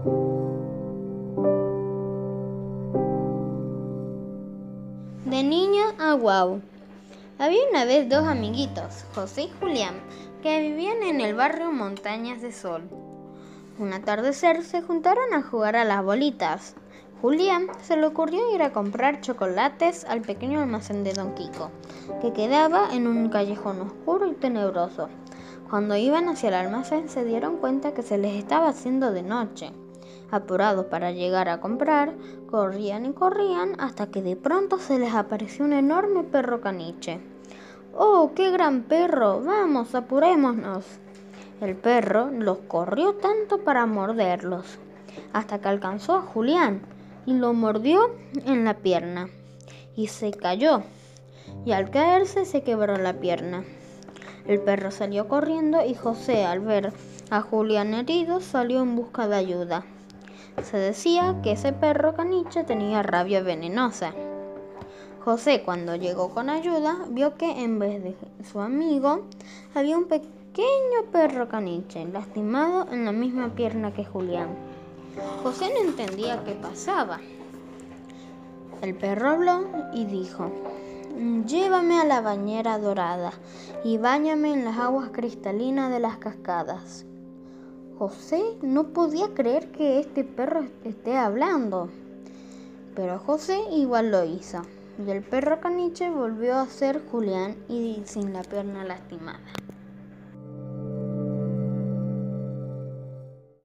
De niño a guau. Había una vez dos amiguitos, José y Julián, que vivían en el barrio Montañas de Sol. Un atardecer se juntaron a jugar a las bolitas. Julián se le ocurrió ir a comprar chocolates al pequeño almacén de Don Quico, que quedaba en un callejón oscuro y tenebroso. Cuando iban hacia el almacén se dieron cuenta que se les estaba haciendo de noche. Apurados para llegar a comprar, corrían y corrían hasta que de pronto se les apareció un enorme perro caniche. ¡Oh, qué gran perro! ¡Vamos, apurémonos! El perro los corrió tanto para morderlos, hasta que alcanzó a Julián y lo mordió en la pierna. Y se cayó, y al caerse se quebró la pierna. El perro salió corriendo y José, al ver a Julián herido, salió en busca de ayuda. Se decía que ese perro caniche tenía rabia venenosa. José, cuando llegó con ayuda, vio que en vez de su amigo había un pequeño perro caniche, lastimado en la misma pierna que Julián. José no entendía qué pasaba. El perro habló y dijo: «Llévame a la bañera dorada y báñame en las aguas cristalinas de las cascadas». José no podía creer que este perro esté hablando, pero José igual lo hizo, y el perro caniche volvió a ser Julián y sin la pierna lastimada.